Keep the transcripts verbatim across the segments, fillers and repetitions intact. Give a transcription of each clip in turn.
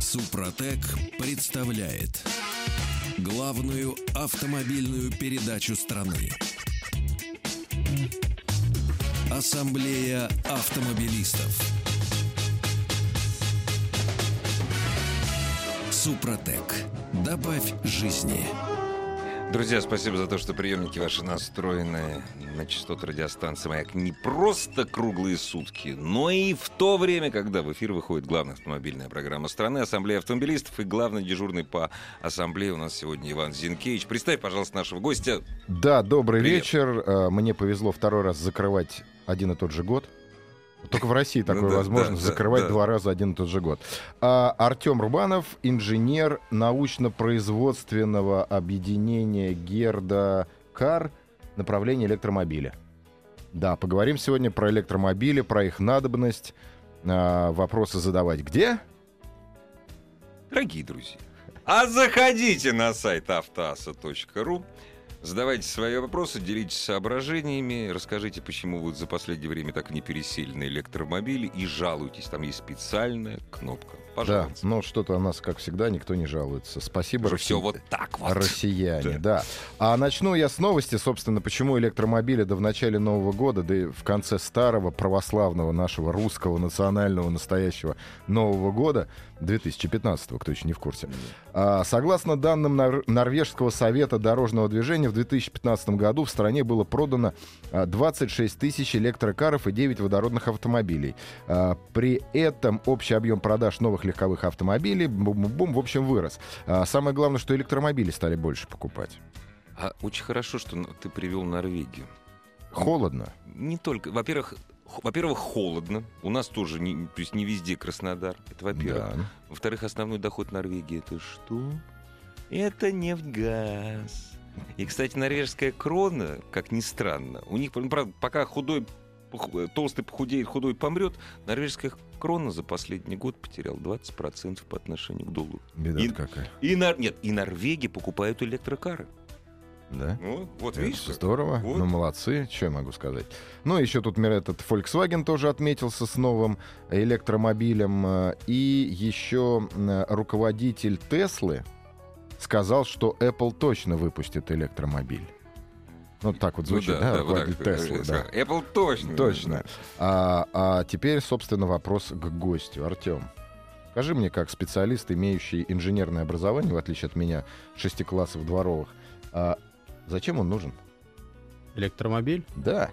Супротек представляет главную автомобильную передачу страны. Ассамблея автомобилистов. Супротек. Добавь жизни. Друзья, спасибо за то, что приемники ваши настроены на частоты радиостанции «Маяк» не просто круглые сутки, но и в то время, когда в эфир выходит главная автомобильная программа страны «Ассамблея автомобилистов», и главный дежурный по ассамблее у нас сегодня Иван Зинкевич. Представь, пожалуйста, нашего гостя. Да, добрый Привет. вечер. Мне повезло второй раз закрывать один и тот же год. Только в России такое Ну да, возможно, да, закрывать да. два раза один и тот же год. А, Артем Рубанов, инженер научно-производственного объединения Герда Кар, направление электромобиля. Да, поговорим сегодня про электромобили, про их надобность. А, вопросы задавать где? Дорогие друзья, а заходите на сайт автоаса точка ру. Задавайте свои вопросы, делитесь соображениями, расскажите, почему вы за последнее время так и не пересели на электромобили, и жалуйтесь. Там есть специальная кнопка. Пожалуйста. Да, но что-то у нас, как всегда, никто не жалуется. Спасибо, Уже все Россия- вот так вот. россияне. Да. Да. А начну я с новости, собственно, почему электромобили да в начале Нового года, да и в конце старого православного нашего русского национального настоящего Нового года, две тысячи пятнадцатого, кто еще не в курсе. А, согласно данным Нор- Норвежского совета дорожного движения, в две тысячи пятнадцатом году в стране было продано а, двадцать шесть тысяч электрокаров и девять водородных автомобилей. А, при этом общий объем продаж новых легковых автомобилей бум-бум-бум, в общем, вырос. А, самое главное, что электромобили стали больше покупать. А очень хорошо, что ты привел Норвегию. Холодно. Не только, во-первых, х- во-первых, холодно. У нас тоже не, то есть не везде Краснодар. Это во-первых. Да. Во-вторых, основной доход Норвегии это что? Это нефть-газ. И, кстати, норвежская крона, как ни странно, у них, ну, правда, пока худой, пох- толстый похудеет, худой помрет, норвежская крона за последний год потеряла двадцать процентов по отношению к доллару. Беда И- какая. И, нор- нет, и норвеги покупают электрокары. Да? Ну, вот Это видишь. как? здорово, Вот. ну молодцы, что я могу сказать. Ну, еще тут мир- этот Volkswagen тоже отметился с новым электромобилем. э, И еще э, руководитель Теслы сказал, что Apple точно выпустит электромобиль. Ну, так вот Ну звучит, да, вот руководитель так, Теслы, э, да. Apple точно. Точно. А, а теперь, собственно, вопрос к гостю. Артем, скажи мне, как специалист, имеющий инженерное образование, в отличие от меня, шести классов дворовых, а зачем он нужен? Электромобиль? Да.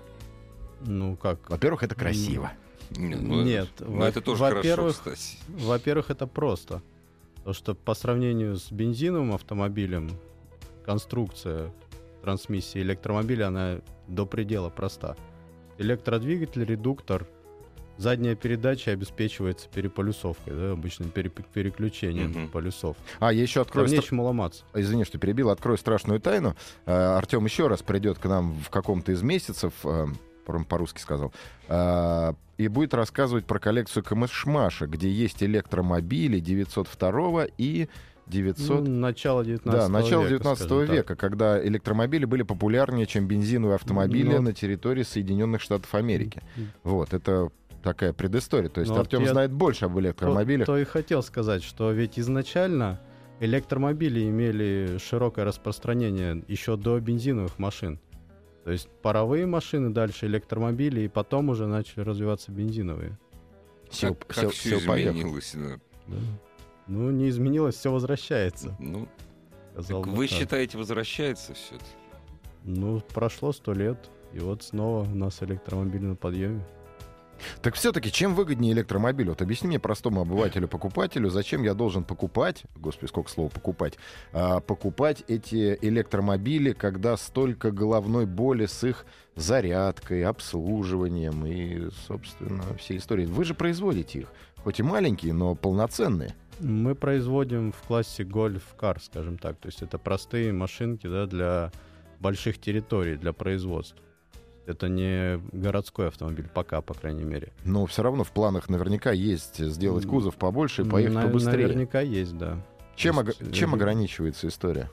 Ну как? Во-первых, это красиво. Не, ну, Нет, ну, во- это тоже хорошо, во-первых, кстати. Во-первых, это просто. Потому что по сравнению с бензиновым автомобилем, конструкция трансмиссии электромобиля, она до предела проста. Электродвигатель, редуктор, задняя передача обеспечивается переполюсовкой, да, обычным пере- переключением Мгм. полюсов. А, я еще Там открою... стра- нечему ломаться. Извини, что перебил. Открою страшную тайну. Э, Артем еще раз придет к нам в каком-то из месяцев, э, по- по-русски сказал, э, и будет рассказывать про коллекцию Камышмаша, где есть электромобили девятьсот второго и девятьсот... Ну, начало девятнадцатого Да, начало века, девятнадцатого скажем так. века, когда электромобили были популярнее, чем бензиновые автомобили Ну, на территории Соединенных Штатов Америки. М. Вот, это такая предыстория. То есть Ну, вот Артем я- знает больше об То, электромобилях. то и хотел сказать, что ведь изначально электромобили имели широкое распространение еще до бензиновых машин. То есть паровые машины, дальше электромобили, и потом уже начали развиваться бензиновые. Сел- Как, сел- как все сел, поехал. изменилось. Да. Да. Ну, не изменилось, все возвращается. Ну, сказал так бы вы так. считаете, возвращается все? Ну, прошло сто лет, и вот снова у нас электромобиль на подъеме. Так все-таки, чем выгоднее электромобиль? Вот объясни мне, простому обывателю-покупателю, зачем я должен покупать, господи, сколько слова покупать, а, покупать эти электромобили, когда столько головной боли с их зарядкой, обслуживанием и, собственно, всей историей. Вы же производите их, хоть и маленькие, но полноценные. Мы производим в классе гольф-кар, скажем так. То есть это простые машинки, да, для больших территорий, для производства. Это не городской автомобиль, пока, по крайней мере. Но все равно в планах наверняка есть сделать кузов побольше и поехать На- побыстрее. Наверняка есть, да. Чем, То ог- есть, чем э, ограничивается история?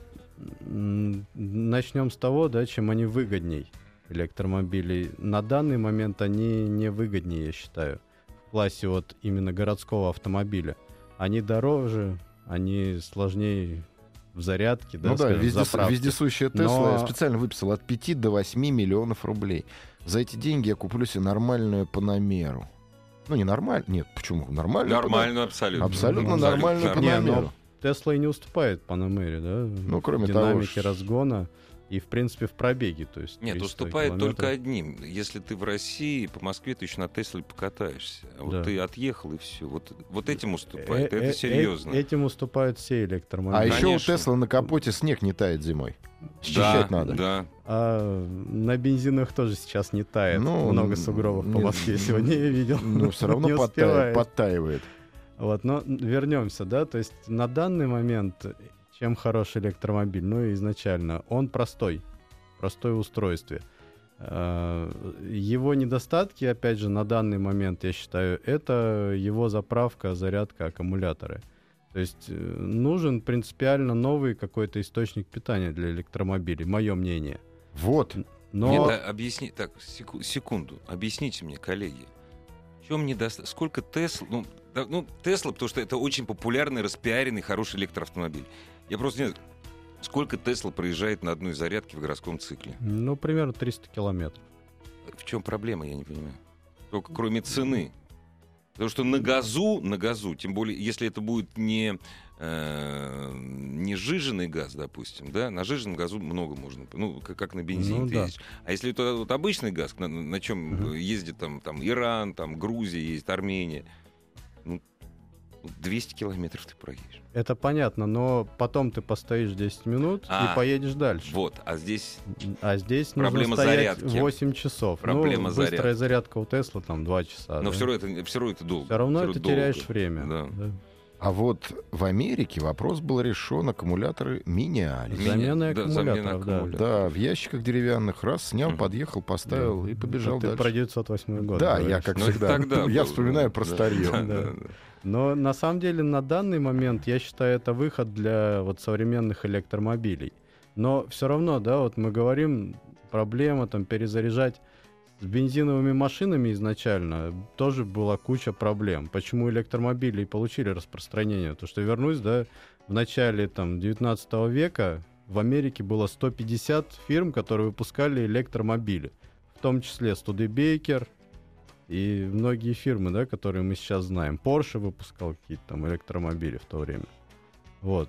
м, Начнем с того, да, чем они выгодней, электромобилей. На данный момент они не выгоднее, я считаю, в классе вот именно городского автомобиля. они дороже, они сложнее в зарядке, да, Ну да, скажем, в вездес- заправке. вездесущая Тесла Но- я специально выписал от пяти до восьми миллионов рублей. За эти деньги я куплю себе нормальную Панамеру. Ну, не нормально, нет, почему? Нормально. Нормально, абсолютно. Абсолютно нормальную Не, Панамеру. но Тесла и не уступает Панамере, да? Ну, кроме в того, динамике ш- разгона и, в принципе, в пробеге. То есть Нет, триста уступает километров. только одним. Если ты в России, по Москве ты еще на Тесле покатаешься. А вот Да. ты отъехал и все. Вот, вот этим Э, уступает. э, Это э, серьезно. Этим уступают все электромобили. А еще у Конечно. Теслы на капоте снег не тает зимой. Да, Счищать надо. да. А на бензинах тоже сейчас не тает. Ну, Много н- сугробов по не- Москве сегодня я видел. Но все равно Не подта- успевает. подтаивает. Вот, но вернемся, да, то есть на данный момент чем хороший электромобиль? Ну, изначально, он простой, простой в устройстве. Э, Его недостатки, опять же, на данный момент, я считаю, это его заправка, зарядка, аккумуляторы. То есть э, нужен принципиально новый какой-то источник питания для электромобилей, мое мнение. Вот. Но Нет, а объясни, так, секу- секунду. Объясните мне, коллеги, в чем недостаток? Сколько Тесла? Ну, да, ну, Тесла, потому что это очень популярный, распиаренный, хороший электроавтомобиль. Я просто не знаю, сколько Тесла проезжает на одной зарядке в городском цикле. ну, примерно триста километров. В чем проблема, я не понимаю. Только кроме цены. Потому что на газу, на газу, тем более, если это будет не, э, не сжиженный газ, допустим, да, на сжиженном газу много можно, ну, как, как на бензине Ну ты да. ездишь. А если это вот обычный газ, на, на чем Мгм. ездит там, там Иран, там Грузия ездит, Армения, ну, двести километров ты проедешь. Это понятно, но потом ты постоишь десять минут А, и поедешь дальше. Вот, а здесь А здесь Проблема нужно стоять зарядки. восемь часов. Проблема ну, быстрая зарядки. зарядка у Тесла там два часа. но да. все равно это, все равно это долго. Всё равно Всё ты долго. теряешь время. Да. да. А вот в Америке вопрос был решен, аккумуляторы менялись. Меня- Замена да, замена аккумуляторов, да. аккумуляторов. Да, в ящиках деревянных раз снял, Мгм. подъехал, поставил и побежал Это ты дальше. про девятьсот восьмой год. Да, говоришь. я как Ну, это всегда. тогда Я было, вспоминаю да. про Да, старье. да, Да. да, да. Но на самом деле на данный момент я считаю это выход для вот современных электромобилей. Но все равно, да, вот мы говорим, проблема там перезаряжать с бензиновыми машинами изначально тоже была куча проблем. Почему электромобили и получили распространение? То, что вернусь, да, в начале там девятнадцатого века в Америке было сто пятьдесят фирм, которые выпускали электромобили. В том числе Студебекер и многие фирмы, да, которые мы сейчас знаем. Porsche выпускал какие-то там электромобили в то время. Вот.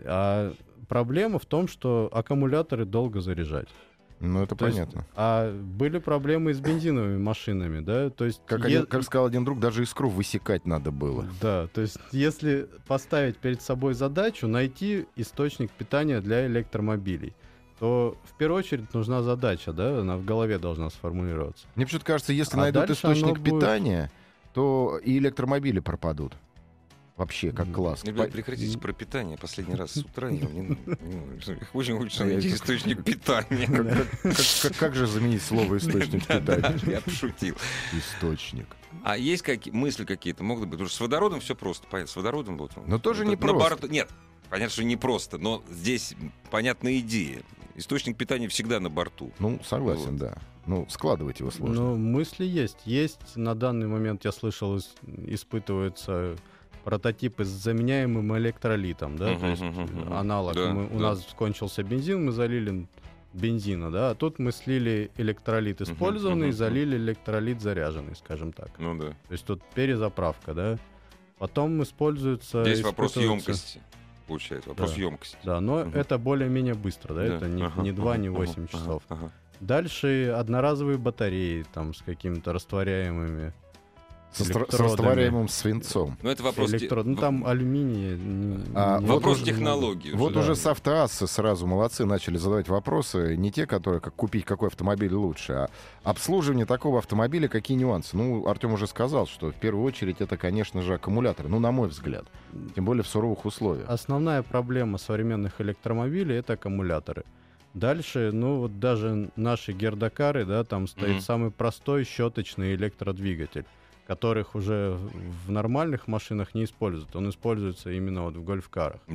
А проблема в том, что аккумуляторы долго заряжать. Ну, это То есть, понятно. а были проблемы и с бензиновыми машинами, да? То есть, Как, е- один- как сказал один друг, даже искру высекать надо было. Да, то есть если поставить перед собой задачу найти источник питания для электромобилей, то в первую очередь нужна задача, да, она в голове должна сформулироваться. Мне почему-то кажется, если А найдут дальше оно источник будет- питания, то и электромобили пропадут. Вообще, как М. класс. Ребят, По- прекратите про питание. Последний раз с утра. я не- не- Очень хочется найти источник питания. Как, как- как же заменить слово источник Да, да, питания? я пошутил. Источник. А есть какие мысли какие-то могут быть? Потому что с водородом все просто. Понятно, с водородом вот. Но тоже это не на просто. борту- Нет, понятно, что не просто, но здесь понятная идея. Источник питания всегда на борту. Ну, согласен, Вот. да. Ну, складывать его сложно. Ну, мысли есть. Есть на данный момент, я слышал, ис- испытываются прототипы с заменяемым электролитом, да, Мгм, то есть мгм, мгм. аналог. Да, Мы- у да. нас кончился бензин, мы залили бензина, да, а тут мы слили электролит Мгм, использованный, мгм, залили электролит заряженный, скажем так. Ну да. То есть тут перезаправка, да. Потом используется... Здесь вопрос испытывается- емкости. Получается, вопрос Да. емкости. Да, но Мгм. это более-менее быстро, да, это не, Ага, не два, ага, не ага, восемь ага, часов. ага. Дальше одноразовые батареи там с какими-то растворяемыми Со стра- с электродами. растворяемым свинцом. Ну это вопрос... те- электрод. Ну там алюминий. не- А, не вот Вопрос уже- технологии. Вот да. уже с автоассы сразу молодцы начали задавать вопросы. Не те, которые как купить какой автомобиль лучше, а обслуживание такого автомобиля, какие нюансы. Ну, Артем уже сказал, что в первую очередь это, конечно же, аккумулятор. Ну, на мой взгляд. Тем более в суровых условиях. Основная проблема современных электромобилей — это аккумуляторы. Дальше, ну вот даже наши гердокары, да, там стоит Мгм. самый простой щеточный электродвигатель, которых уже в нормальных машинах не используют. Он используется именно вот в гольф-карах. Да.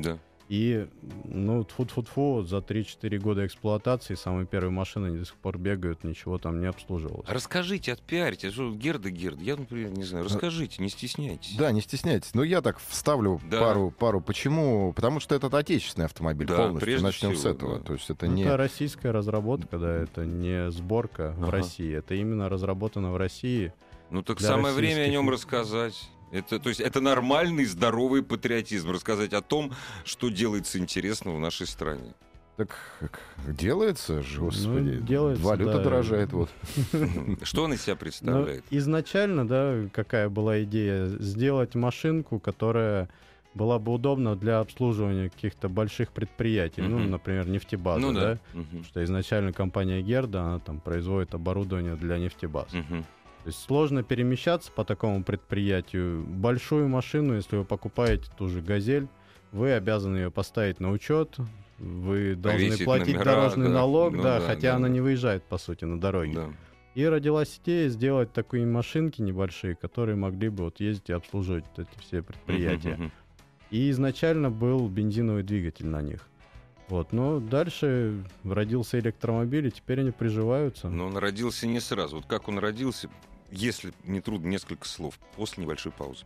И, ну, тьфу-тьфу-тьфу, за три-четыре года эксплуатации самые первые машины они до сих пор бегают, ничего там не обслуживалось. Расскажите, отпиарьте. Что, Герда, Герда, я, например, не знаю. Расскажите, не стесняйтесь. Да, не стесняйтесь. Ну, я так вставлю Да. пару, пару. Почему? Потому что этот отечественный автомобиль Да, полностью. прежде Начнем всего, с этого. да. То есть это Ну, не... Это российская разработка, да, это не сборка в Ага. России, это именно разработано в России. Ну так Для самое время о российских нем людей. рассказать. Это, то есть это нормальный, здоровый патриотизм. Рассказать о том, что делается интересного в нашей стране. Так как делается же, господи. Ну, делается, Валюта да. дорожает. Вот. Что он из себя Но представляет? изначально, да, какая была идея? Сделать машинку, которая была бы удобна для обслуживания каких-то больших предприятий, ну, Мгм. например, нефтебазы, Ну да? да. Мгм. Потому что изначально компания Герда, она там производит оборудование для нефтебаз. Мгм. То есть сложно перемещаться по такому предприятию. Большую машину, если вы покупаете ту же «Газель», вы обязаны ее поставить на учет, вы должны Повесить платить номера, дорожный да. налог, Ну да, да, хотя да, она да. не выезжает, по сути, на дороге. Да. И родилась идея сделать такие машинки небольшие, которые могли бы вот ездить и обслуживать вот эти все предприятия. Мгм. И изначально был бензиновый двигатель на них. Вот, но дальше родился электромобиль, и теперь они приживаются. Но он родился не сразу. Вот как он родился, если не трудно, несколько слов после небольшой паузы.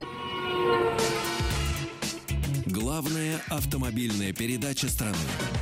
Главная автомобильная передача страны.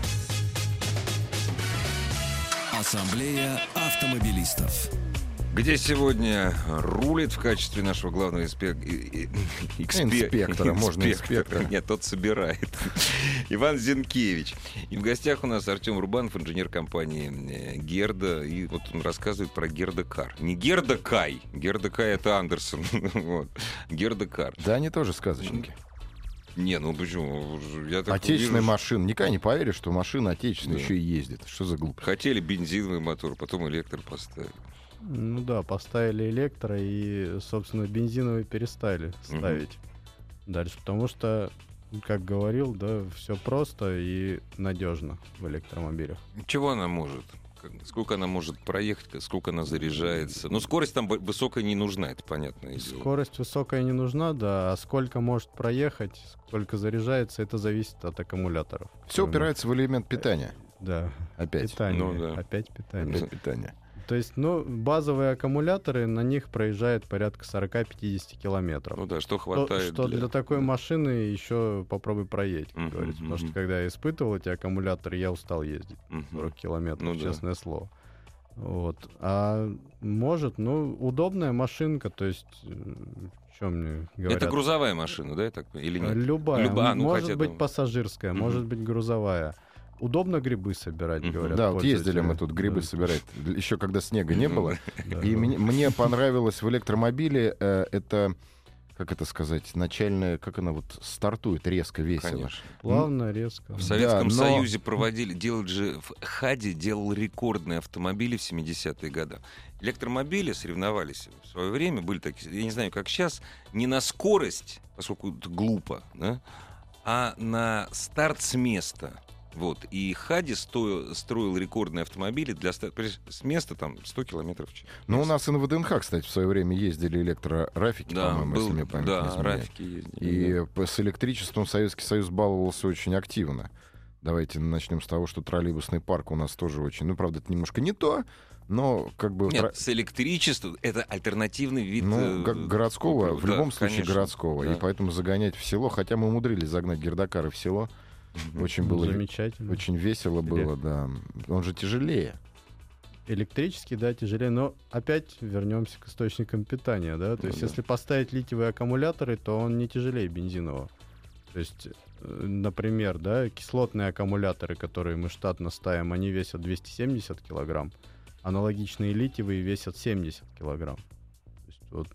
Ассамблея автомобилистов. Где сегодня рулит в качестве нашего главного инспек- и- и- экспе- Инспектора, можно инспектора. Нет, тот собирает. Иван Зинкевич. И в гостях у нас Артем Рубанов, инженер компании э, Герда. И вот он рассказывает про Герда Кар. Не Герда Кай. Герда Кай — это Андерсон. Вот. Герда Кар. Да, они тоже сказочники. Не, ну почему? Я так Отечественная вижу, машина. Никогда не поверишь, что машина отечественная Да. еще и ездит. Что за глупость? хотели бензиновый мотор, потом электро поставили. Ну да, поставили электро и, собственно, бензиновый перестали ставить дальше, потому что, как говорил, да, все просто и надежно в электромобилях. Чего она может? Как- Сколько она может проехать, сколько она заряжается? Ну, скорость там б- высокая не нужна, это понятное дело. Скорость высокая не нужна, да, а сколько может проехать, сколько заряжается, это зависит от аккумуляторов. Все которые упирается в элемент питания. мы- Да, Опять. питание, Ну да. опять питание. Опять питание. То есть, ну, базовые аккумуляторы, на них проезжает порядка сорок-пятьдесят километров. Ну да, что Что, хватает что для... такой да. машины еще попробуй проедь, как Мгм, говорится. Потому мгм. что когда я испытывал эти аккумуляторы, я устал ездить Мгм. сорок километров, Ну да. честное слово. Вот. А может, ну, удобная машинка, то есть, что мне говорят? Это грузовая машина, да, я так понимаю, или нет? Любая. Люба- ну, может хотя быть там- пассажирская, Мгм. может быть грузовая. Удобно грибы собирать, Мгм. говорят. Да, вот ездили пользователи. мы тут грибы Да. собирать. Еще когда снега не Ну было. Да, И да. мне, мне понравилось в электромобиле э, это, как это сказать, начальная, как она вот стартует резко, весело. Конечно. Плавно, резко. В Советском но- Союзе проводили, делали же, в Хаде делал рекордные автомобили в семидесятые годы. Электромобили соревновались в свое время, были такие, я не знаю, как сейчас, не на скорость, поскольку это глупо, да, а на старт с места. Вот. И Хади стоил, строил рекордные автомобили для старта с места там сто километров в час. Ну, у нас и на ВДНХ, кстати, в свое время ездили электрорафики, Да, по-моему, был, если мне память не да, изменяет. Рафики ездили. И п- с электричеством Советский Союз баловался очень активно. Давайте начнем с того, что троллейбусный парк у нас тоже очень... Ну, правда, это немножко не то, но как бы... Нет, тро- с электричеством это альтернативный вид. Ну, э, го- городского, в да, любом случае конечно, городского. да. И поэтому загонять в село, хотя мы умудрились загнать Гердакары в село, очень было... Замечательно. Очень весело было, да. Он же тяжелее. Электрический, да, тяжелее, но опять вернемся к источникам питания, да. То Ну есть, да. если поставить литиевые аккумуляторы, то он не тяжелее бензинового. То есть, э, например, да, кислотные аккумуляторы, которые мы штатно ставим, они весят двести семьдесят килограмм, аналогичные литиевые весят семьдесят килограмм. То есть, вот,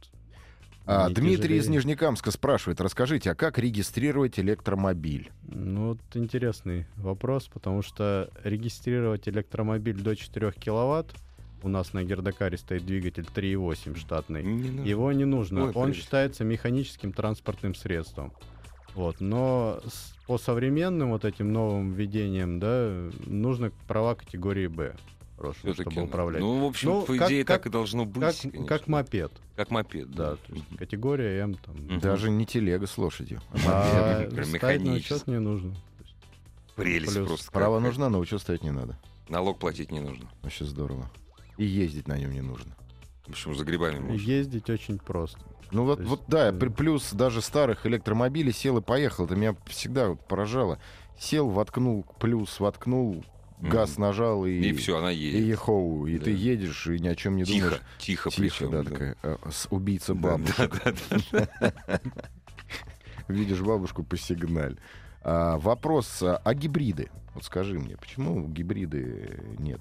А, не Дмитрий из тяжелее. Нижнекамска спрашивает, расскажите, а как регистрировать электромобиль? Ну, вот интересный вопрос, потому что регистрировать электромобиль до четырёх киловатт, у нас на Гердакаре стоит двигатель три и восемь штатный, Не надо. его не нужно. Ой, Он прелесть. считается механическим транспортным средством. Вот. Но с- по современным вот этим новым введениям, да, нужно права категории Б, прошлое, Всё-таки, чтобы управлять. Ну, в общем, Ну, по как- идее, как- так и должно быть. как, конечно. как мопед, Как мопед, да, да. то есть категория М там. Мгм. Даже не телега с лошадью. А Прям ставить на механически. учет не нужно. То есть Прелесть Плюс просто. Права какая. нужна, но учет ставить не надо. Налог платить не нужно. Вообще здорово. И ездить на нем не нужно. Почему за грибами можно? Ездить очень просто. Ну вот, То есть, вот да, э, при- плюс даже старых электромобилей сел и поехал. Это меня всегда вот поражало. Сел, воткнул плюс, воткнул, Мгм. газ нажал и... И все, она И едет. ехоу, и Да. ты едешь, и ни о чем не Тихо, думаешь. тихо, Тихо, причем, да, такая, э, с- убийца Да, бабушек. да, да, да. Видишь бабушку, посигналь. А, вопрос, а, а гибриды? Вот скажи мне, почему гибриды нет?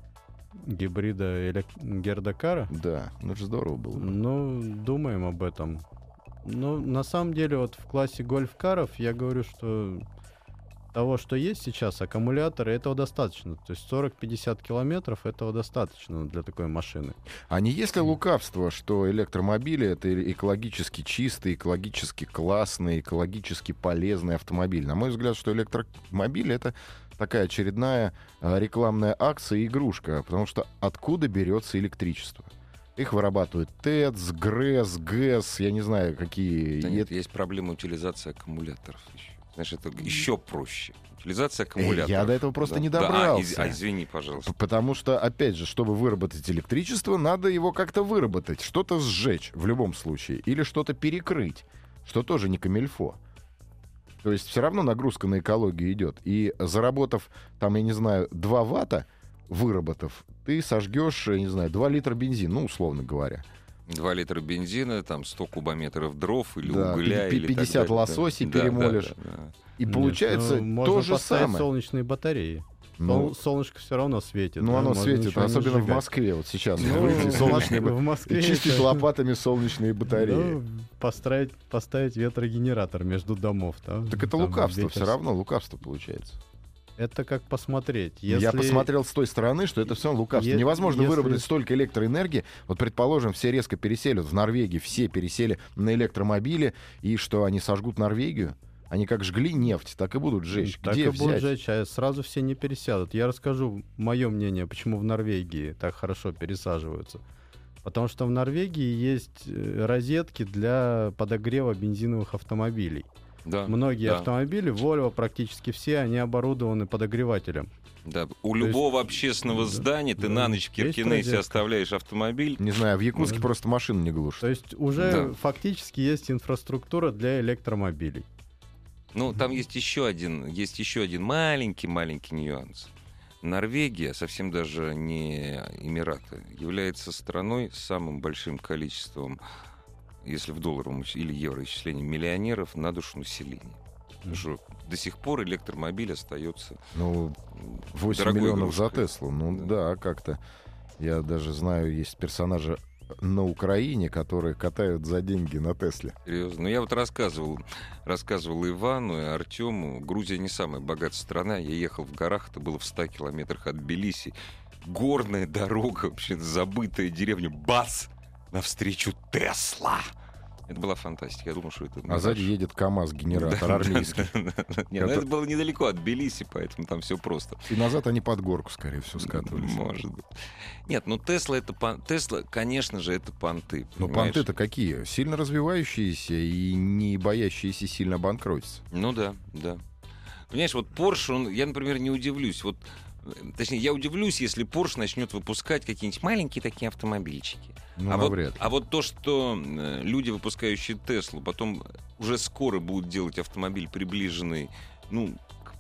Гибрида элек... Гердакара? Да, ну это же здорово было бы. Ну, думаем об этом. Ну, на самом деле, вот в классе гольф-каров я говорю, что того, что есть сейчас, аккумуляторы, этого достаточно. То есть сорок-пятьдесят километров этого достаточно для такой машины. А не есть ли лукавство, что электромобили — это экологически чистый, экологически классный, экологически полезный автомобиль? На мой взгляд, что электромобиль — это такая очередная а, рекламная акция и игрушка, потому что откуда берется электричество? Их вырабатывают ТЭЦ, ГРЭС, ГЭС, я не знаю, какие... Да И нет, это- есть проблема утилизации аккумуляторов еще. Знаешь, это еще проще. Утилизация Э, аккумуляторов. я до этого просто Да. не Да, а, добрался. из- а, извини, пожалуйста. П- Потому что, опять же, чтобы выработать электричество, надо его как-то выработать, что-то сжечь в любом случае, или что-то перекрыть, что тоже не камильфо. То есть все равно нагрузка на экологию идет. И заработав, там, я не знаю, два ватта, выработав, ты сожгешь, я не знаю, два литра бензина, ну, условно говоря. Два литра бензина, там сто кубометров дров или Да, угля. пи- или так пятьдесят далее. лососей Да, да, перемолишь. да, да. И Нет, получается ну, можно то же поставить самое. солнечные батареи. Ну, Сол- Солнышко все равно светит. ну, да, оно можно светит, ничего не особенно в сжигать. Москве. Вот сейчас Ну, выйти в солнечные Мос- ба- в Москве чистить это- лопатами солнечные батареи. Ну, поставить, поставить ветрогенератор между домов. Да? Так это Там лукавство, ветер все равно лукавство получается. Это как посмотреть. Если... Я посмотрел с той стороны, что это все равно лукавство. Е- Невозможно если- выработать столько электроэнергии. Вот, предположим, все резко переселят в Норвегии, все пересели на электромобили, и что, они сожгут Норвегию? Они как жгли нефть, так и будут жечь. Так Где и будут взять? жечь, а сразу все не пересядут. Я расскажу мое мнение, почему в Норвегии так хорошо пересаживаются. Потому что в Норвегии есть э, розетки для подогрева бензиновых автомобилей. Да, Многие да, автомобили, Volvo практически все, они оборудованы подогревателем. да. У То есть- любого общественного да, здания ты да. на ночь в Есть Киркинессе розетка. оставляешь автомобиль. Не знаю, в Якутске Да. просто машину не глушат. То есть уже Да. фактически есть инфраструктура для электромобилей. Ну, там есть еще один, есть еще один маленький-маленький нюанс. Норвегия, совсем даже не Эмираты, является страной с самым большим количеством, если в долларовом или евро исчислении, миллионеров на душу населения. Потому что до сих пор электромобиль остается Ну, м, восемь дорогой миллионов за игрушкой. Теслу. Ну Да. да, как-то. Я даже знаю, есть персонажи на Украине, которые катают за деньги на Тесле. Серьезно. Ну, я вот рассказывал, рассказывал Ивану и Артему. Грузия не самая богатая страна. Я ехал в горах, это было в ста километрах от Тбилиси. Горная дорога, вообще забытая деревня. Бац! Навстречу Тесла! Это была фантастика. Я думал, что это... А сзади едет КАМАЗ-генератор Да, армейский. да, да, да. Не, ну Это- это было недалеко от Тбилиси, поэтому там все просто. И назад они под горку, скорее всего, скатывались. Может быть. Нет, ну Тесла это пон- Тесла, конечно же, это понты. Ну, понимаешь? понты-то какие? Сильно развивающиеся и не боящиеся сильно обанкротиться. Ну да, да. Понимаешь, вот Porsche, он, я, например, не удивлюсь. Вот, э, точнее, я удивлюсь, если Porsche начнет выпускать какие-нибудь маленькие такие автомобильчики. Ну, а, вот, навряд ли. а вот то, что э, люди, выпускающие Теслу, потом уже скоро будут делать автомобиль, приближенный, ну,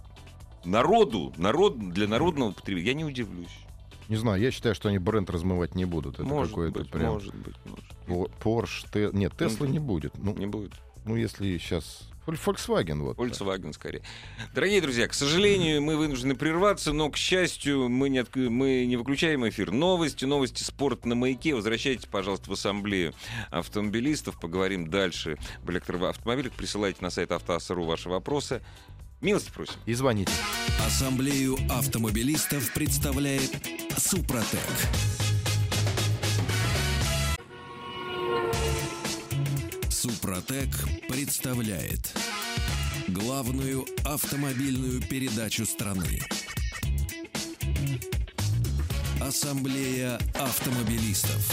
к народу, народ, для народного потребления, я не удивлюсь. Не знаю, я считаю, что они бренд размывать не будут. Это может какое-то быть, прям... может быть, может быть. По- Porsche, Те- нет, Тесла Ну, не будет. Ну, Не будет. ну если сейчас... Volkswagen вот. Volkswagen скорее. Дорогие друзья, к сожалению, мы вынуждены прерваться, но, к счастью, мы не, отк- мы не выключаем эфир. Новости, новости спорта на Маяке. Возвращайтесь, пожалуйста, в ассамблею автомобилистов. Поговорим дальше об электроавтомобилях. Присылайте на сайт автоаса точка ру ваши вопросы. Милости просим. И звоните. Ассамблею автомобилистов представляет Супротек. Супротек представляет главную автомобильную передачу страны. Ассамблея автомобилистов.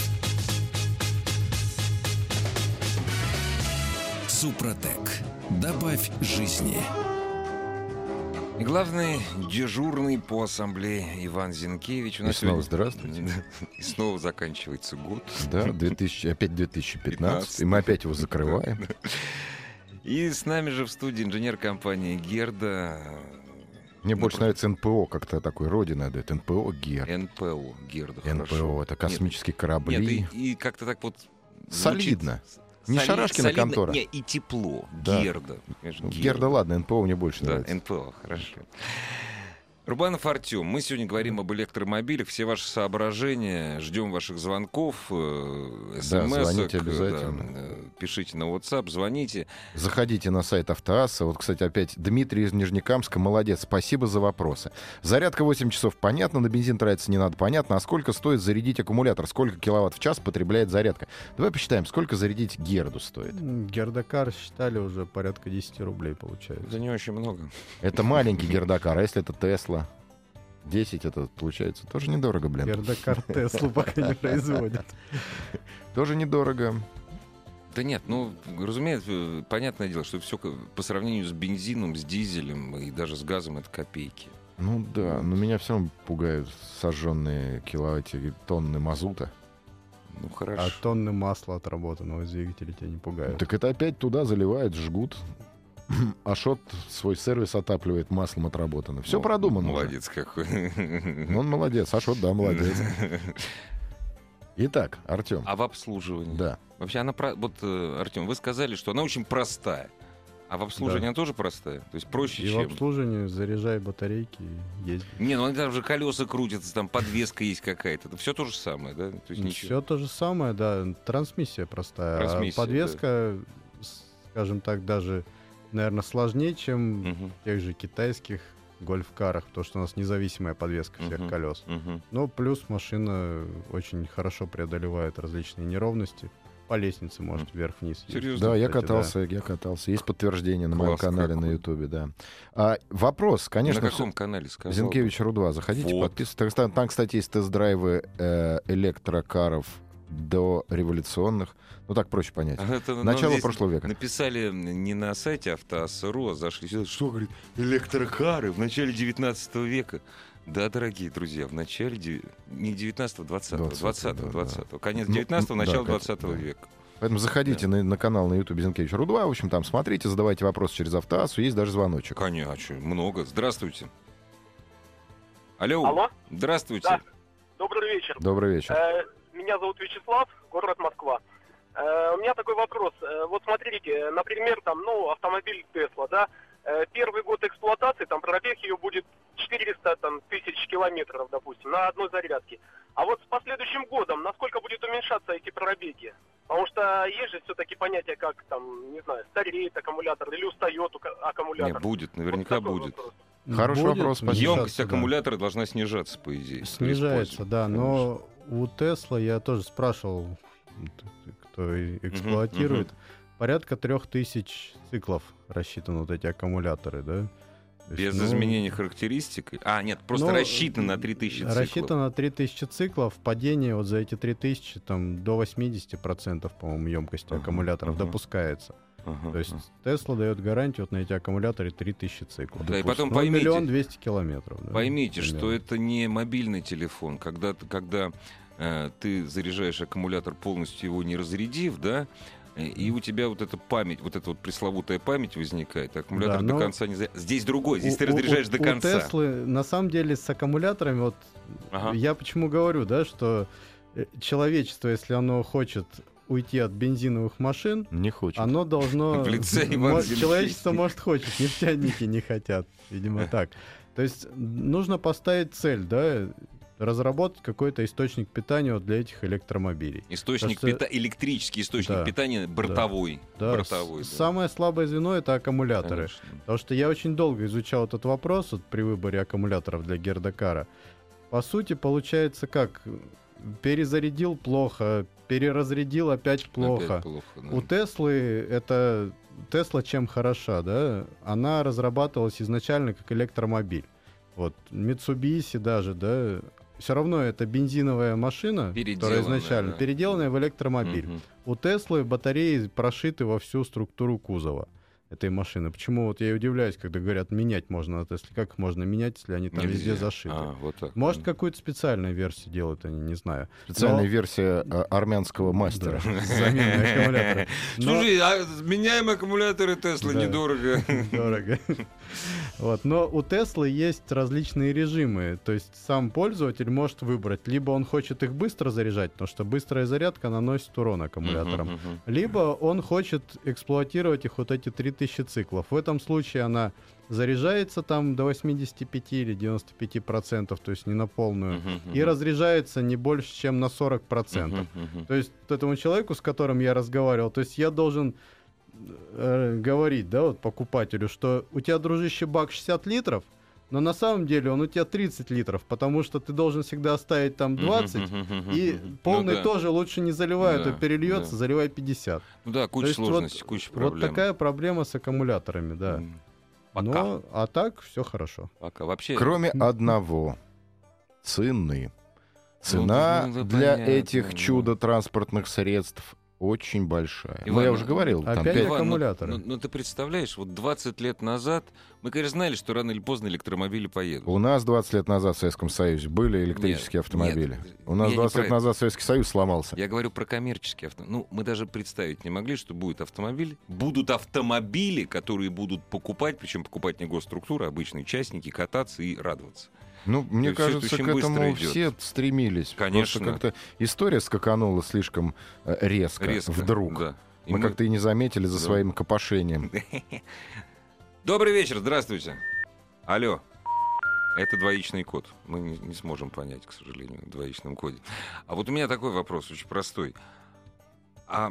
Супротек. Добавь жизни. И главный дежурный по ассамблее Иван Зинкевич. У нас И снова сегодня... здравствуйте. И снова заканчивается год. Да, две тысячи, опять две тысячи пятнадцатый, и мы опять его закрываем. И с нами же в студии инженер компании «Герда». Мне больше нравится эн пэ о, как-то такой родина дает. эн пэ о Герда. эн пэ о «Герда», эн пэ хорошо. о — это космические Нет, корабли. Нет, и, и как-то так вот Солидно. звучит. Не Соли- Шарашкина солидно, контора. Не, и тепло. Да. «Герда». Конечно, Ну, Герда, ладно, эн пэ о мне больше Да, нравится. эн пэ о, хорошо. Рубанов Артем, мы сегодня говорим об электромобилях. Все ваши соображения, ждем ваших звонков, э, смс-ок. звоните обязательно. Да, э, пишите на WhatsApp, звоните. Заходите на сайт Автоасса. Вот, кстати, опять Дмитрий из Нижнекамска. Молодец. Спасибо за вопросы. Зарядка восемь часов. Понятно. На бензин тратиться не надо. Понятно. А сколько стоит зарядить аккумулятор? Сколько киловатт в час потребляет зарядка? Давай посчитаем, сколько зарядить Герду стоит. Гердакар считали уже порядка десять рублей получается. Это не очень много. Это маленький Гердакар. А если это Тесла? десять это, получается, тоже недорого, блин. Гердакар Теслу пока не производят. Тоже недорого. Да нет, ну, разумеется, понятное дело, что все по сравнению с бензином, с дизелем и даже с газом это копейки. Ну да, но меня все равно пугают сожженные киловатты, тонны мазута. Ну, А хорошо. тонны масла отработанного из двигателя тебя не пугают. Так это опять туда заливают, жгут. Ашот свой сервис отапливает маслом отработано. Все Ну, продумано. уже. Молодец какой. Ну, он молодец. Ашот, да, молодец. Итак, Артем. А в обслуживании? Да. Вообще она... про- Вот, э, Артем, вы сказали, что она очень простая. А в обслуживании Да. она тоже простая? То есть проще, И в чем... обслуживании заряжай батарейки и езди. Не, ну там же колеса крутятся, там подвеска есть какая-то. Это все то же самое, да? То есть ничего. Все то же самое, да. Трансмиссия простая. Трансмиссия, а подвеска, с- скажем так, даже, наверное, сложнее, чем Мгм, в тех же китайских гольф-карах, потому что у нас независимая подвеска всех Мгм. колес. мгм. Но плюс машина очень хорошо преодолевает различные неровности. По лестнице может вверх-вниз. ездить. Серьезно? Да, я Кстати, катался, я катался. Есть подтверждение на моем Класс канале какой. на Ютубе, да. А, вопрос, конечно, На всё- каком канале сказал? Зинкевич Ру два. Заходите, Вот. подписывайтесь. Там, там, кстати, есть тест-драйвы э, электрокаров до революционных. Ну, так проще понять. А это, ну, Начало здесь прошлого века. Написали не на сайте Автоасса.ру, а зашли сюда. Что, говорит, электрокары в начале девятнадцатого века? Да, дорогие друзья, в начале деви- не девятнадцатого, двадцатого, двадцатого, да, двадцатого. Конец Ну, девятнадцатого, да, начало Катя, двадцатого да. века. Поэтому заходите на, на канал на Ютубе Зинкевич Ру два. В общем, там смотрите, задавайте вопросы через Автоассу. Есть даже звоночек. Конечно, много. Здравствуйте. Алло. Алло? Здравствуйте. Да. Добрый вечер. Добрый вечер. Э, Меня зовут Вячеслав, город Москва. Э, У меня такой вопрос. Э, Вот смотрите, например, там, ну, автомобиль Тесла, да, э, первый год эксплуатации, там, пробег ее будет четыреста там, тысяч километров, допустим, на одной зарядке. А вот с последующим годом насколько будет уменьшаться эти пробеги? Потому что есть же все-таки понятие, как, там, не знаю, стареет аккумулятор или устает ука- Не, аккумулятор. будет, Вот наверняка такой будет. вопрос. Хороший Будет вопрос, спасибо. уменьшаться, Емкость да. аккумулятора должна снижаться, по идее. при Снижается, использовании. да, но у Тесла я тоже спрашивал, кто и эксплуатирует, порядка трех тысяч циклов рассчитаны вот эти аккумуляторы, да? То есть, Без ну, изменения характеристик? А, нет, просто ну, рассчитано на три тысячи циклов. Рассчитано на три тысячи циклов, падение вот за эти три тысячи там, до восемьдесят процентов, по-моему, емкости Ага, аккумуляторов ага. допускается. Ага, То есть ага. Тесла дает гарантию вот на эти аккумуляторы три тысячи циклов. Да, и потом Ну, поймите- миллион двести километров. да, Поймите, что примерно. это не мобильный телефон. Когда, ты- когда э, ты заряжаешь аккумулятор, полностью его не разрядив, да, э, и у тебя вот эта память, вот эта вот пресловутая память возникает, аккумулятор Да, до но конца не заряжается. Здесь другой, здесь У- ты у- разряжаешь у- до конца. У Теслы, на самом деле, с аккумуляторами, вот Ага. я почему говорю, да, что э, человечество, если оно хочет уйти от бензиновых машин, Не хочет. оно должно... В лице Ивана Мо- Зинкевича. Человечество, может, хочет, нефтяники не хотят, видимо, так. То есть нужно поставить цель, да, разработать какой-то источник питания вот для этих электромобилей. Источник Потому что- пита- электрический источник Да. питания бортовой. Да, бортовой, с- да. Самое слабое звено — это аккумуляторы. Конечно. Потому что я очень долго изучал этот вопрос вот, при выборе аккумуляторов для Гердакара. По сути, получается как? Перезарядил плохо, переразрядил опять плохо. Опять плохо, да. У Теслы это... Тесла чем хороша, да? Она разрабатывалась изначально как электромобиль. Вот, Mitsubishi даже, да? Все равно это бензиновая машина, которая Переделанная, изначально да. переделанная в электромобиль. Мгм. У Теслы батареи прошиты во всю структуру кузова. этой машины. Почему вот я и удивляюсь, когда говорят, менять можно на Тесле. Как их можно менять, если они там Нельзя. везде зашиты? А, вот так. Может, какую-то специальную версию делают они, не знаю. Специальная Но- версия а, армянского мастера. Да, с заменой аккумулятора. Но- Слушай, а меняем аккумуляторы Тесла Да. недорого. Дорого. Вот. Но у Теслы есть различные режимы. То есть сам пользователь может выбрать. Либо он хочет их быстро заряжать, потому что быстрая зарядка наносит урон аккумуляторам. Мгм, мгм. Либо он хочет эксплуатировать их вот эти три тысячи циклов. В этом случае она заряжается там до восьмидесяти пяти или девяноста пяти процентов, то есть не на полную. Мгм, И мгм. разряжается не больше, чем на сорок процентов. Мгм, мгм. То есть вот этому человеку, с которым я разговаривал, то есть я должен э, говорить, да, вот покупателю, что у тебя, дружище, бак шестьдесят литров, но на самом деле он у тебя тридцать литров, потому что ты должен всегда оставить там двадцать, Мгм, мгм, мгм, и мгм. полный Ну да. тоже лучше не заливай, а то Да, перельется, да. заливай пятьдесят. Ну да, То куча есть вот- сложностей, куча Вот проблем. такая проблема с аккумуляторами, да. М. Пока. Но, а так все хорошо. Пока. Вообще... Кроме одного. Цены. Цена Ну, ну, да, для понятно, этих да. чудо-транспортных средств очень большая. Ну, Иван, я уже говорил, там опять пять- Иван, ну- аккумуляторы. Ну, ну, ты представляешь, вот двадцать лет назад мы, конечно, знали, что рано или поздно электромобили поедут. У нас двадцать лет назад в Советском Союзе были электрические Нет, автомобили. нет, У нас я не двадцать про лет это. назад Советский Союз сломался. Я говорю про коммерческие автомобили. Ну, мы даже представить не могли, что будет автомобиль. Будут автомобили, которые будут покупать, причем покупать не госструктуры, а обычные частники, кататься и радоваться. Ну, мне И всё это кажется, очень к быстро этому идет. все стремились. Конечно. Просто как-то история скаканула слишком э, резко, Резко. вдруг. Да. И Мы как-то и не заметили за Да. своим копошением. Добрый вечер, здравствуйте. Алло. Это двоичный код. Мы не, не сможем понять, к сожалению, в двоичном коде. А вот у меня такой вопрос, очень простой. А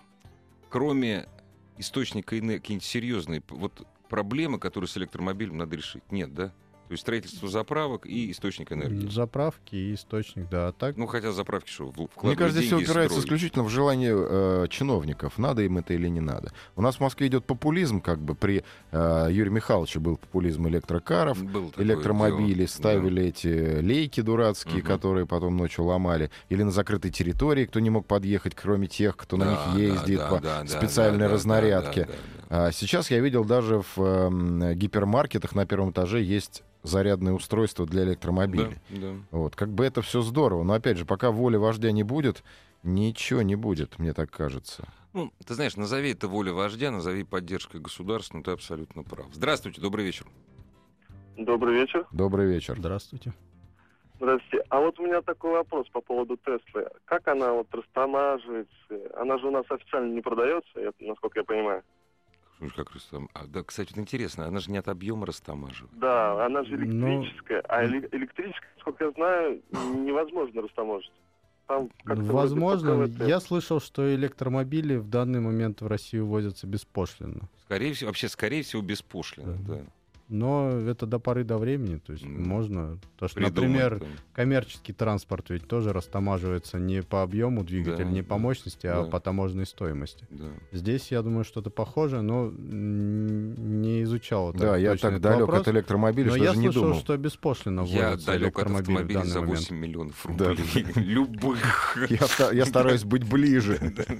кроме источника энергии, какие-нибудь серьезные вот проблемы, которые с электромобилем надо решить, нет, да? То есть строительство заправок и источник энергии. Заправки и источник, да. А так, Ну, хотя заправки что, в- Мне вкладывать кажется, здесь все деньги и упирается строить. исключительно в желание э, чиновников, надо им это или не надо. У нас в Москве идет популизм, как бы при э, Юрии Михайловиче был популизм электрокаров, Было такое электромобили, дело. ставили эти лейки дурацкие, Мгм. которые потом ночью ломали, или на закрытой территории, кто не мог подъехать, кроме тех, кто на Да, них да, ездит да, по да, да, специальной да, да, разнарядке. да, да, да. А сейчас я видел даже в эм, гипермаркетах на первом этаже есть зарядное устройство для электромобилей. Да, да. Вот, как бы это все здорово, но опять же, пока воли вождя не будет, ничего не будет, мне так кажется. Ну, ты знаешь, назови это волей вождя, назови поддержкой государства, ну ты абсолютно прав. Здравствуйте, добрый вечер. Добрый вечер. Добрый вечер. здравствуйте. Здравствуйте. А вот у меня такой вопрос по поводу Теслы. Как она вот растамаживается? Она же у нас официально не продается, я- насколько я понимаю. Слушай, как растам- а, да, кстати, вот интересно, она же не от объема растамаживает. Да, она же Ну, электрическая, а эле- электрическая, насколько я знаю, невозможно растаможить. Там как-то вроде Возможно, по КВТ. я слышал, что электромобили в данный момент в Россию возятся беспошлино. Скорее всего, вообще, скорее всего, беспошлино, Да. да. Но это до поры до времени, то есть Да. можно... То, что, Придумать, например, да. коммерческий транспорт ведь тоже растамаживается не по объему двигателя, Да, не по да, мощности, а да. по таможенной стоимости. Да. Здесь, я думаю, что-то похожее, но м, не изучал. Да, я точно так этот далек вопрос. от электромобиля, Но что я даже не слышал, думал. что беспошлино Я вводятся далек от электромобили в автомобиля данный за момент. восемь миллионов Да. рублей. Любых. Я, ста- я стараюсь быть ближе.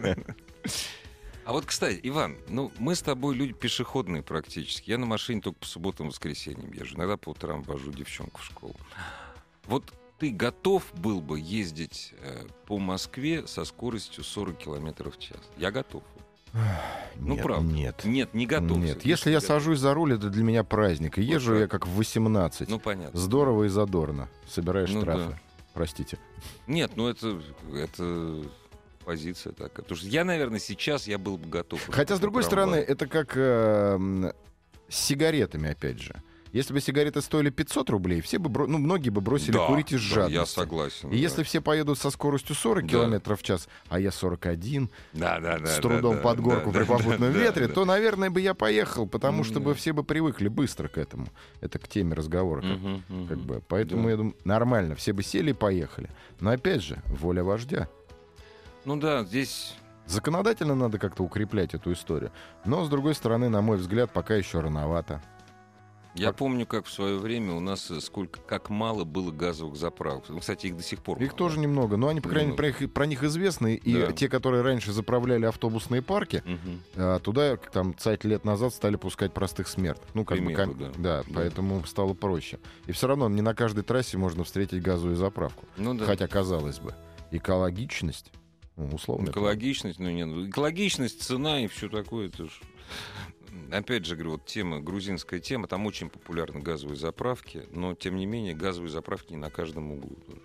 А вот, кстати, Иван, ну мы с тобой люди пешеходные практически. Я на машине только по субботам и воскресеньям езжу. Иногда по утрам вожу девчонку в школу. Вот ты готов был бы ездить э, по Москве со скоростью сорок километров в час? Я готов. Ну, Нет, правда. Нет. Нет, не готов. Нет, Сергей, если я готов. сажусь за руль, это для меня праздник. И Вот езжу так. я как в восемнадцать. Ну, понятно. Здорово и задорно. Собираешь Ну, штрафы. да. Простите. Нет, ну это, это позиция такая. Потому что я, наверное, сейчас я был бы готов. Хотя, с другой стороны, это как э, м, с сигаретами, опять же. Если бы сигареты стоили пятьсот рублей, все бы, бро- ну, многие бы бросили Да, курить из да, жадности. я согласен. И да. если все поедут со скоростью сорок Да. километров в час, а я сорок один, да, да, да, с да, трудом да, под горку да, при да, попутном да, ветре, да. то, наверное, бы я поехал, потому Ну, что да. бы все бы привыкли быстро к этому. Это к теме разговора. как- Мгм, мгм. как бы. Поэтому, Да. я думаю, нормально, все бы сели и поехали. Но, опять же, воля вождя. Ну да, здесь... Законодательно надо как-то укреплять эту историю. Но, с другой стороны, на мой взгляд, пока еще рановато. Я помню, как в свое время у нас сколько, как мало было газовых заправок. Ну, кстати, их до сих пор Их мало. тоже немного, но они, по крайней мере, про, их- про них известны. И Да. те, которые раньше заправляли автобусные парки, Мгм. а, туда там цать лет назад стали пускать простых смертных. Ну, как бы, Примеру, ком- да. да, Да. поэтому стало проще. И все равно не на каждой трассе можно встретить газовую заправку. Ну да. Хотя, казалось бы, экологичность, ну, условно. Экологичность, ну нет, экологичность, цена и все такое, это ж... Опять же, говорю, вот тема, грузинская тема, там очень популярны газовые заправки, но, тем не менее, газовые заправки не на каждом углу тоже.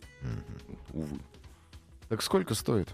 Увы. Так сколько стоит?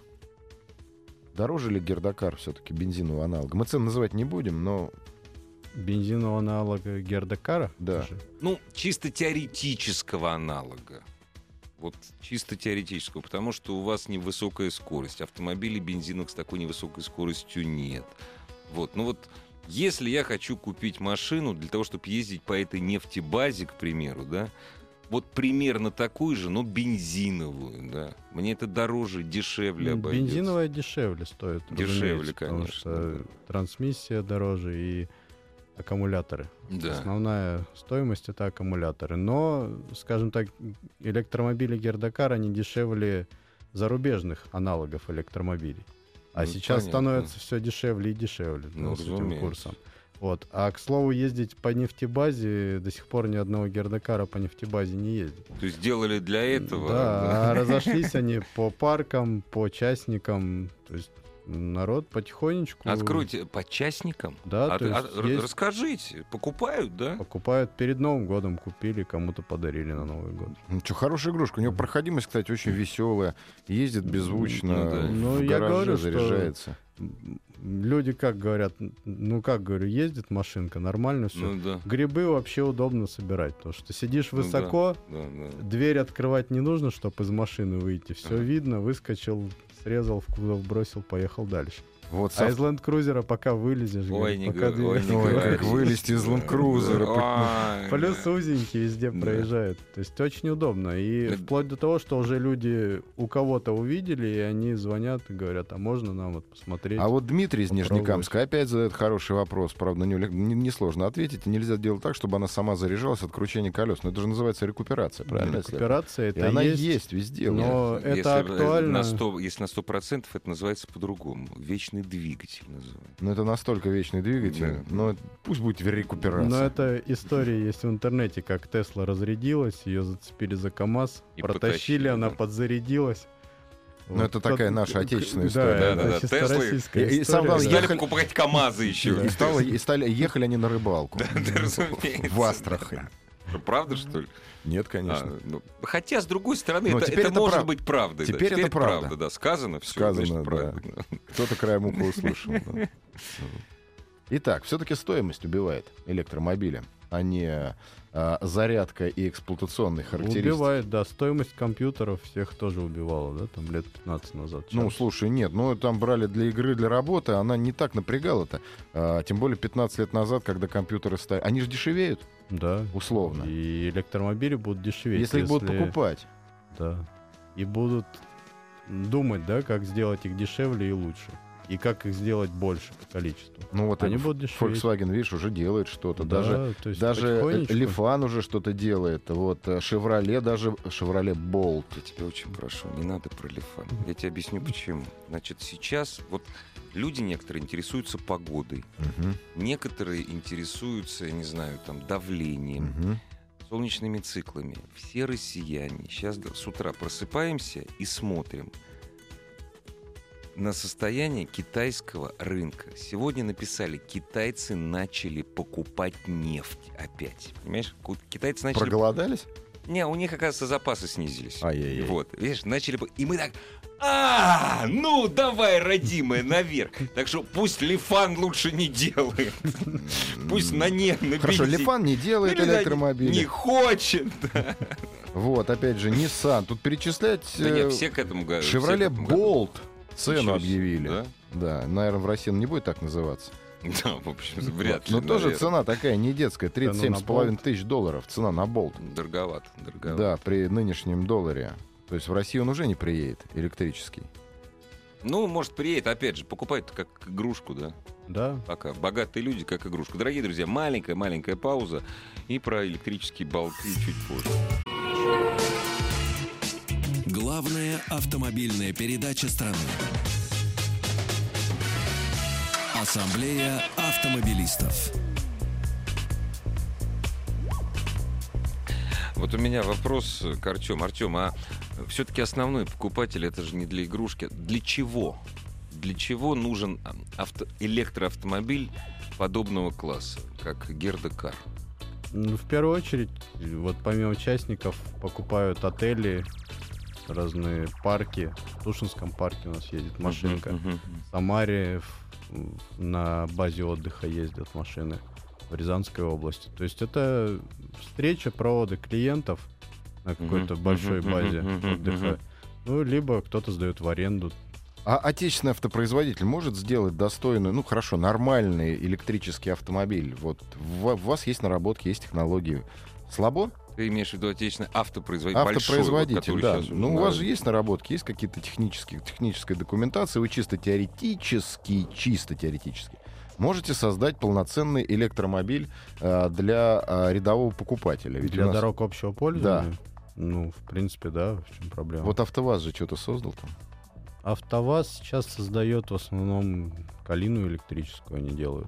Дороже ли Гердокар все-таки бензинового аналога? Мы цены называть не будем, но Бензинового аналога Гердокара? Да. Тоже. Ну, чисто теоретического аналога. Вот чисто теоретического, потому что у вас невысокая скорость. Автомобилей бензиновых с такой невысокой скоростью нет. Вот, ну вот, если я хочу купить машину для того, чтобы ездить по этой нефтебазе, к примеру, да, вот примерно такую же, но бензиновую, да, мне это дороже, дешевле М, обойдется. Бензиновая дешевле стоит. Дешевле, разумеется, потому конечно, что да. трансмиссия дороже и аккумуляторы. Да. Основная стоимость — это аккумуляторы. Но, скажем так, электромобили Гердокар, они дешевле зарубежных аналогов электромобилей. А Ну, сейчас понятно. становится все дешевле и дешевле, Ну, ну, с этим разумеется. курсом. Вот. А, к слову, ездить по нефтебазе, до сих пор ни одного Гердокара по нефтебазе не ездит. То есть делали для этого. Да, а разошлись они по паркам, по частникам. То есть народ потихонечку Откройте по частникам. Да, А то ты- а, есть р- есть- Расскажите, покупают, да? покупают перед Новым годом, купили, кому-то подарили на Новый год. ну, что, хорошая игрушка. У него проходимость, кстати, очень веселая. Ездит беззвучно, Ну, да. в Ну, я гараже говорю, что- заряжается. М, Люди как говорят, ну как говорю, ездит машинка, нормально все. Ну да. Грибы вообще удобно собирать, потому что сидишь Ну, высоко, Да, да. дверь открывать не нужно, чтобы из машины выйти. Все Ага. видно, выскочил, срезал в кузов, бросил, поехал дальше. Вот А сов- из ленд-крузера пока вылезешь, Ой, говорит, не пока говори, ой, дверь не Ой, говори. как вылезти из Land Cruiser. Ой, Плюс да. узенький везде Да. проезжает. То есть очень удобно. И Да. вплоть до того, что уже люди у кого-то увидели, и они звонят и говорят, а можно нам вот посмотреть? А вот Дмитрий из Попробовать. Нижнекамска опять задает хороший вопрос. Правда, на него лег- не- несложно ответить. И нельзя делать так, чтобы она сама заряжалась от кручения колес. Но это же называется рекуперация, правильно? если- Рекуперация И это она есть, есть везде. но Если это актуально. На сто, если на сто процентов, это называется по-другому. Вечный двигатель называется. Ну, это настолько вечный двигатель. Да. Но пусть будет рекуперация. Но это история есть в интернете, как Тесла разрядилась, ее зацепили за КАМАЗ, И протащили, потащили, она да. подзарядилась. Ну, это такая наша отечественная история. Да, это Да-да-да, чисто Теслы. российская И- и история, самое главное, да. Стали ехали- покупать КАМАЗы еще. И, стало- и стали, ехали они на рыбалку. Да, да, разумеется. В Астрахань. Что, правда, что ли? Нет, конечно. А, ну, хотя, с другой стороны, Но это, теперь это это может прав- быть правдой. да. теперь это правда. правда, да. Сказано все, Сказано, значит, да. правда. Кто-то краем уха услышал. да. Итак, все-таки стоимость убивает электромобиля, а не а, зарядка и эксплуатационные характеристики. Убивает, да. Стоимость компьютеров всех тоже убивала, да, там лет пятнадцать назад. Ну, Сейчас. слушай, нет, ну там брали для игры, для работы, она не так напрягала-то. А, тем более пятнадцать лет назад, когда компьютеры стали... Они же дешевеют, Да. условно. И электромобили будут дешеветь. Если их будут покупать. Да. И будут думать, да, как сделать их дешевле и лучше. И как их сделать больше по количеству. Ну вот Они и будут дешеветь. Volkswagen, видишь, уже делает что-то. Да, Даже, то есть даже потихонечку. Лифан уже что-то делает. Вот э, Chevrolet, даже Chevrolet Bolt. Я тебя очень прошу, не надо про Лифан. Я тебе объясню, почему. Значит, сейчас вот люди некоторые интересуются погодой. Мгм, Некоторые интересуются, я не знаю, там, давлением, мгм. солнечными циклами. Все россияне сейчас с утра просыпаемся и смотрим на состояние китайского рынка. Сегодня написали, китайцы начали покупать нефть опять. Понимаешь? Ку- Китайцы начали... Проголодались? Не, у них, оказывается, запасы снизились. Ай-яй-яй. Вот, видишь, начали... по- И мы так... А, ну давай, родимая, наверх. Так что пусть Лифан лучше не делает. Пусть на не на Хорошо, бензин. Лифан не делает Или на- электромобили. Не хочет. Да, Вот, опять же, Nissan. Тут перечислять... Да э, нет, все к этому го- все к Chevrolet этому готовы. Bolt цену Ничего себе, объявили. Да? Да, наверное, в России он не будет так называться. Да, в общем, вряд ли. Но тоже наверное. цена такая не детская. тридцать семь с половиной тысяч долларов цена на Bolt. Дороговато, дороговато. Да, при нынешнем долларе. То есть в Россию он уже не приедет, электрический. Ну, может, приедет, опять же, покупает как игрушку, да? Да. Пока. Богатые люди как игрушку. Дорогие друзья, маленькая-маленькая пауза. И про электрические болты чуть позже. Главная автомобильная передача страны. Ассамблея автомобилистов. Вот у меня вопрос к Артему. Артем, а все-таки основной покупатель, это же не для игрушки. Для чего? Для чего нужен авто... электроавтомобиль подобного класса, как Gerda Car? Ну, в первую очередь, вот помимо участников, покупают отели, разные парки. В Тушинском парке у нас ездит машинка. Uh-huh, uh-huh. В Самаре в, на базе отдыха ездят машины. В Рязанской области. То есть это встреча, проводы клиентов на какой-то Uh-huh, большой uh-huh, базе uh-huh, uh-huh, отдыха. uh-huh. Ну, либо кто-то сдает в аренду. А отечественный автопроизводитель может сделать достойный, ну хорошо, нормальный электрический автомобиль? Вот в, у вас есть наработки, есть технологии. Слабо? Ты имеешь в виду отечественный автопроизводитель? Автопроизводитель, большой, да. вот, Ну, уже, у вас да. же есть наработки, есть какие-то технические, техническая документация, вы чисто теоретически, чисто теоретически можете создать полноценный электромобиль э, для э, рядового покупателя. Ведь Для у нас... дорог общего пользования? Ну, в принципе, да, в чем проблема. Вот АвтоВАЗ же что-то создал там. АвтоВАЗ сейчас создает в основном калину электрическую, они делают.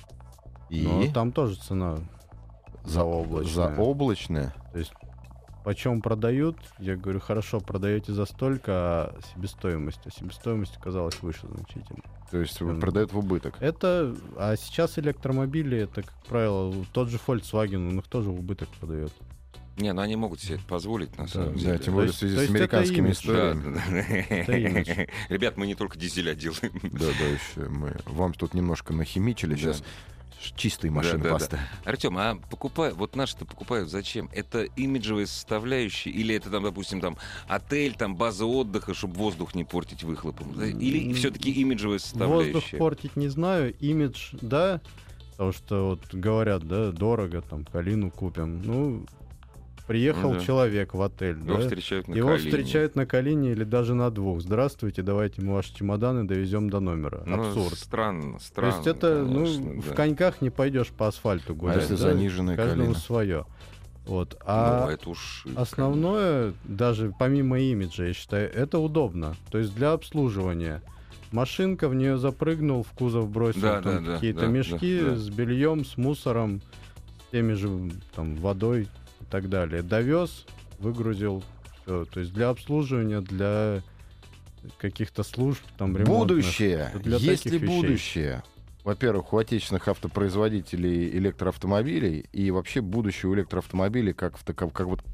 И Но там тоже цена заоблачная. заоблачная. То есть почем продают, я говорю, хорошо, продаете за столько, а себестоимость, а себестоимость оказалась выше значительно. То есть Мгм. продают в убыток. Это, а сейчас электромобили, это, как правило, тот же Volkswagen, он их тоже в убыток продает. Не, ну они могут себе это позволить, на Да, самом Да, деле. тем То более есть- в связи то с есть это американскими имидж, историями. Это имидж. Ребят, мы не только дизеля делаем. Да, да, еще мы вам тут немножко нахимичили. Да. Сейчас чистые машины Да, да, да. поставим. Артем, а покупают, вот наши-то покупают зачем? Это имиджевые составляющие или это там, допустим, там отель, там база отдыха, чтобы воздух не портить выхлопом? Да? Или М, все-таки имиджевая Воздух составляющая? портить не знаю, имидж, да, потому что вот говорят, да, дорого, там, калину купим. Ну, приехал Ну да. человек в отель, Его да, встречают на его колени. встречают на колени или даже на двух. Здравствуйте, давайте мы ваши чемоданы довезем до номера. Ну, Абсурд. Странно, То странно. есть это, конечно, ну, да. в коньках не пойдешь по асфальту А гулять. если да? заниженные Каждому колено? свое. Вот. Ну, А это уж... основное, даже помимо имиджа, я считаю, это удобно. То есть для обслуживания. Машинка, в нее запрыгнул, в кузов бросил Да, там да, да, какие-то да, мешки да, да. с бельем, с мусором, с теми же там водой и так далее. Довез, выгрузил. Всё. То есть для обслуживания, для каких-то служб, там, ремонтных. Будущее. Для Есть таких ли вещей. будущее? Во-первых, у отечественных автопроизводителей электроавтомобилей и вообще будущее у электроавтомобилей как в таком, как вот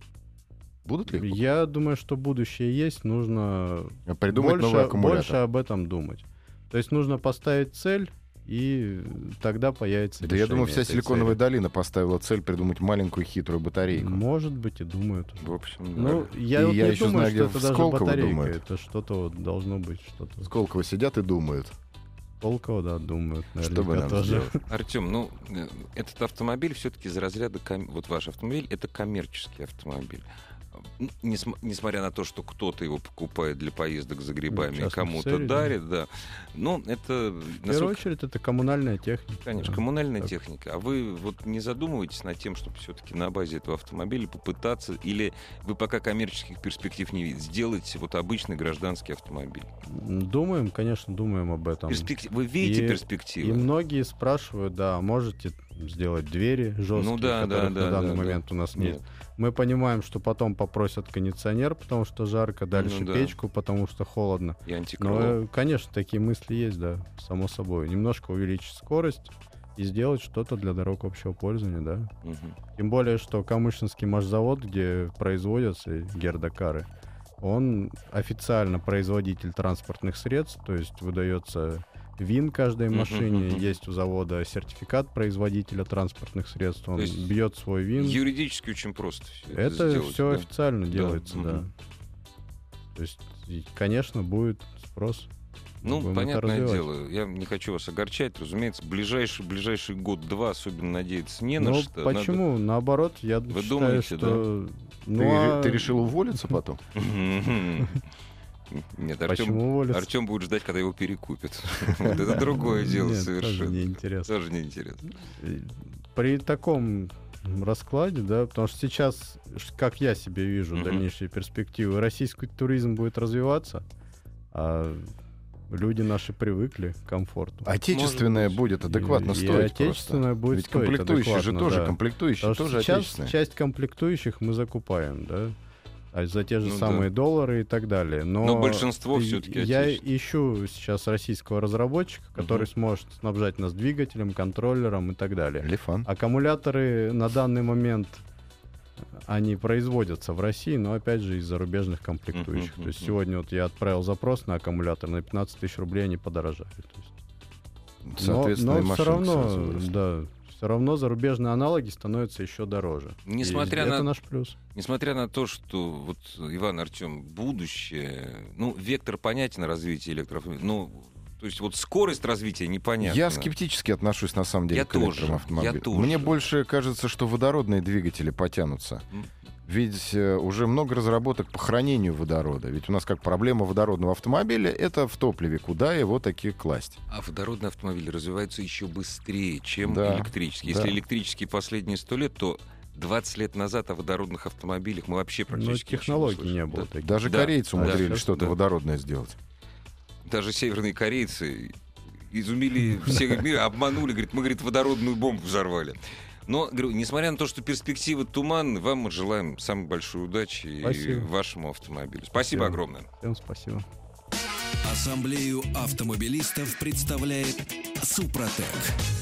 будут ли их Я думаю, что будущее есть, нужно покупать? Придумать больше, новый аккумулятор? больше об этом думать. То есть нужно поставить цель, и тогда появится Да я думаю, решение вся этой Силиконовая цели. долина поставила цель придумать маленькую хитрую батарейку. Может быть, и думают уже. В общем, да. Ну, я И вот я не еще думаю, знаю, что где это в даже Сколково батарейка. думают. Это что-то вот должно быть, что-то. Сколково сидят и думают, Сколково, да, думают. что бы наверняка нам тоже. сделать. Артем, ну, э, этот автомобиль все-таки из разряда... ком- Вот ваш автомобиль — это коммерческий автомобиль. Н- несм- Несмотря на то, что кто-то его покупает для поездок за грибами, частных кому-то целей, да. дарит, да. Но это... В первую насколько- очередь, это коммунальная техника. Конечно, да. коммунальная Так. техника. А вы вот не задумываетесь над тем, чтобы все-таки на базе этого автомобиля попытаться, или вы пока коммерческих перспектив не видите, сделать вот обычный гражданский автомобиль? Думаем, конечно, думаем об этом. Перспектив- Вы видите И- перспективы? И многие спрашивают, да, можете сделать двери жесткие, Ну да, да, которых да, на данный да, да. момент у нас нет. Нет. Мы понимаем, что потом попросят кондиционер, потому что жарко, дальше Ну да. печку, потому что холодно. И Но, антикрыло. э, конечно, такие мысли есть, да, само собой. Немножко увеличить скорость и сделать что-то для дорог общего пользования, да. Мгм. Тем более, что Камышинский машзавод, где производятся Gerda Car, он официально производитель транспортных средств, то есть выдается ВИН каждой Мгм, машине, мгм. есть у завода сертификат производителя транспортных средств, он есть бьет свой ВИН. Юридически очень просто всё это, Это сделать, все да. официально Да, делается, да. мгм. То есть, и, конечно, будет спрос. Ну, Будем это понятное развивать. дело, я не хочу вас огорчать, разумеется, ближайший, ближайший год-два особенно надеяться не на Ну, что. Надо- почему? Наоборот, я Вы считаю, думаете, что... Ты, Ну, ре- а ты решил уволиться потом? Мгм. Нет, Почему Артем, уволиться? Артем будет ждать, когда его перекупят. Вот это другое дело Нет, тоже совершенно. неинтересно. Тоже неинтересно. При таком раскладе, да, потому что сейчас, ш- как я себе вижу Мгм. дальнейшие перспективы, российский туризм будет развиваться, а люди наши привыкли к комфорту. Отечественное Может быть. будет адекватно И- и стоить отечественное просто. будет Ведь стоить комплектующие же адекватно, тоже, да. комплектующие Потому что тоже сейчас отечественные. часть комплектующих мы закупаем, да, а за те же Ну самые доллары и так далее. Но, Но большинство и- всё-таки я отечественные. ищу сейчас российского разработчика, который Мгм. сможет снабжать нас двигателем, контроллером и так далее. Лифан. Аккумуляторы на данный момент они производятся в России, но опять же из зарубежных комплектующих. Мгм, То есть мгм. сегодня вот я отправил запрос на аккумулятор, на пятнадцать тысяч рублей они подорожали. То есть Соответственно, но и но все машинка сразу равно, выросла. да, все равно зарубежные аналоги становятся еще дороже. Несмотря И на- это наш плюс. Несмотря на то, что вот, Иван, Артем, будущее, ну, вектор понятен развития электроавтомобилей, ну, то есть вот скорость развития непонятна. Я скептически отношусь, на самом деле, Я к тоже, электроавтомобилям. я тоже. Мне больше кажется, что водородные двигатели потянутся. М. Ведь э, уже много разработок по хранению водорода. Ведь у нас как проблема водородного автомобиля — это в топливе. Куда его такие класть? А водородные автомобили развиваются еще быстрее, чем Да, электрические. да. Если электрические последние сто лет, то двадцать лет назад о водородных автомобилях мы вообще Но практически технологий ничего не не слышали. было Да. таких. Даже Да, корейцы да, умудрились сейчас, что-то да. водородное сделать. Даже северные корейцы изумили всех мира, обманули, говорит, мы, говорит, водородную бомбу взорвали. Но, говорю, несмотря на то, что перспективы туманны, вам мы желаем самой большой удачи и Спасибо. вашему автомобилю. Спасибо Спасибо. огромное. Всем спасибо. Ассамблею автомобилистов представляет Супротек.